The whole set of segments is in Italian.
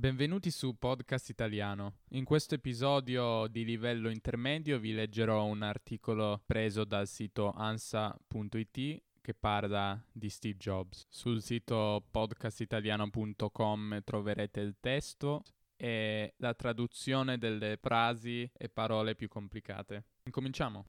Benvenuti su Podcast Italiano. In questo episodio di livello intermedio vi leggerò un articolo preso dal sito ansa.it che parla di Steve Jobs. Sul sito podcastitaliano.com troverete il testo e la traduzione delle frasi e parole più complicate. Incominciamo.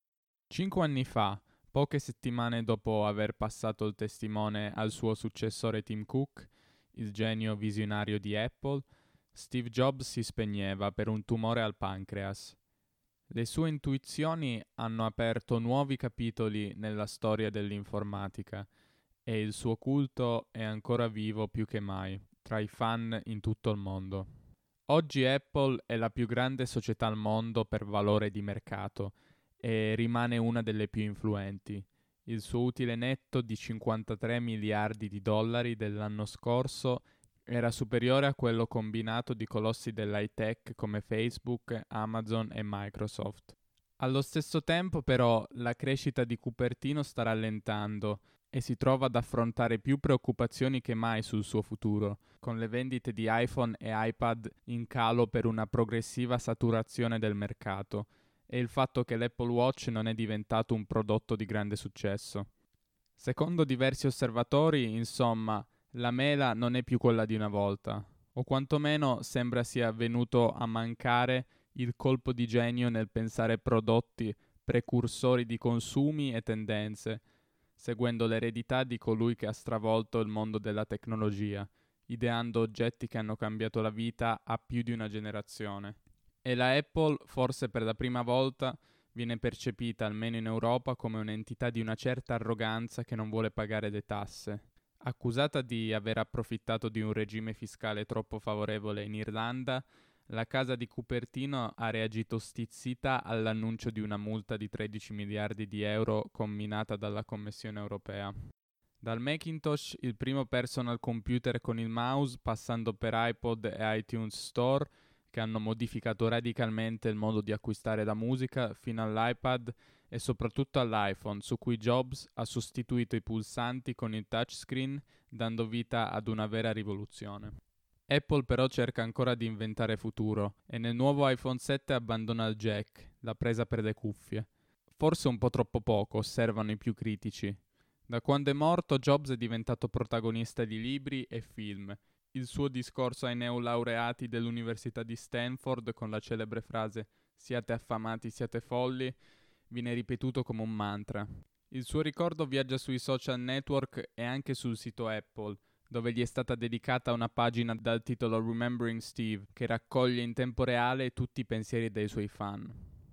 5 anni fa, poche settimane dopo aver passato il testimone al suo successore Tim Cook, il genio visionario di Apple, Steve Jobs si spegneva per un tumore al pancreas. Le sue intuizioni hanno aperto nuovi capitoli nella storia dell'informatica e il suo culto è ancora vivo più che mai tra i fan in tutto il mondo. Oggi Apple è la più grande società al mondo per valore di mercato e rimane una delle più influenti. Il suo utile netto di 53 miliardi di dollari dell'anno scorso era superiore a quello combinato di colossi dell'high tech come Facebook, Amazon e Microsoft. Allo stesso tempo, però, la crescita di Cupertino sta rallentando e si trova ad affrontare più preoccupazioni che mai sul suo futuro, con le vendite di iPhone e iPad in calo per una progressiva saturazione del mercato e il fatto che l'Apple Watch non è diventato un prodotto di grande successo. Secondo diversi osservatori, insomma, la mela non è più quella di una volta, o quantomeno sembra sia venuto a mancare il colpo di genio nel pensare prodotti precursori di consumi e tendenze, seguendo l'eredità di colui che ha stravolto il mondo della tecnologia, ideando oggetti che hanno cambiato la vita a più di una generazione. E la Apple, forse per la prima volta, viene percepita, almeno in Europa, come un'entità di una certa arroganza che non vuole pagare le tasse. Accusata di aver approfittato di un regime fiscale troppo favorevole in Irlanda, la casa di Cupertino ha reagito stizzita all'annuncio di una multa di 13 miliardi di euro comminata dalla Commissione europea. Dal Macintosh, il primo personal computer con il mouse, passando per iPod e iTunes Store, che hanno modificato radicalmente il modo di acquistare la musica, fino all'iPad e soprattutto all'iPhone, su cui Jobs ha sostituito i pulsanti con il touchscreen, dando vita ad una vera rivoluzione. Apple però cerca ancora di inventare futuro e nel nuovo iPhone 7 abbandona il jack, la presa per le cuffie. Forse un po' troppo poco, osservano i più critici. Da quando è morto, Jobs è diventato protagonista di libri e film. Il suo discorso ai neolaureati dell'Università di Stanford con la celebre frase "Siate affamati, siate folli" viene ripetuto come un mantra. Il suo ricordo viaggia sui social network e anche sul sito Apple, dove gli è stata dedicata una pagina dal titolo Remembering Steve, che raccoglie in tempo reale tutti i pensieri dei suoi fan.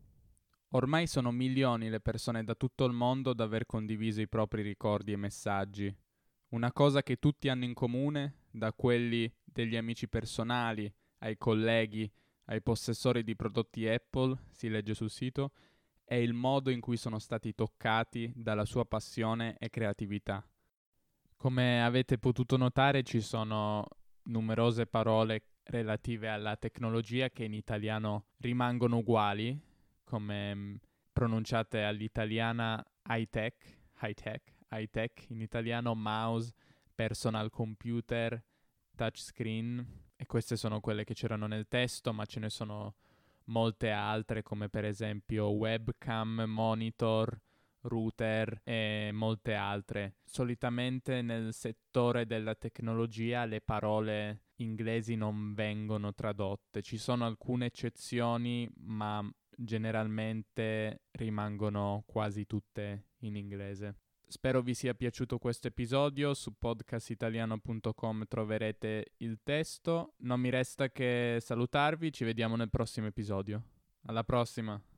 Ormai sono milioni le persone da tutto il mondo ad aver condiviso i propri ricordi e messaggi. Una cosa che tutti hanno in comune, da quelli degli amici personali, ai colleghi, ai possessori di prodotti Apple, si legge sul sito, è il modo in cui sono stati toccati dalla sua passione e creatività. Come avete potuto notare, ci sono numerose parole relative alla tecnologia che in italiano rimangono uguali, come pronunciate all'italiana high-tech, in italiano mouse, personal computer, touchscreen, e queste sono quelle che c'erano nel testo, ma ce ne sono molte altre come per esempio webcam, monitor, router e molte altre. Solitamente nel settore della tecnologia le parole inglesi non vengono tradotte, ci sono alcune eccezioni, ma generalmente rimangono quasi tutte in inglese. Spero vi sia piaciuto questo episodio, su podcastitaliano.com troverete il testo. Non mi resta che salutarvi, ci vediamo nel prossimo episodio. Alla prossima!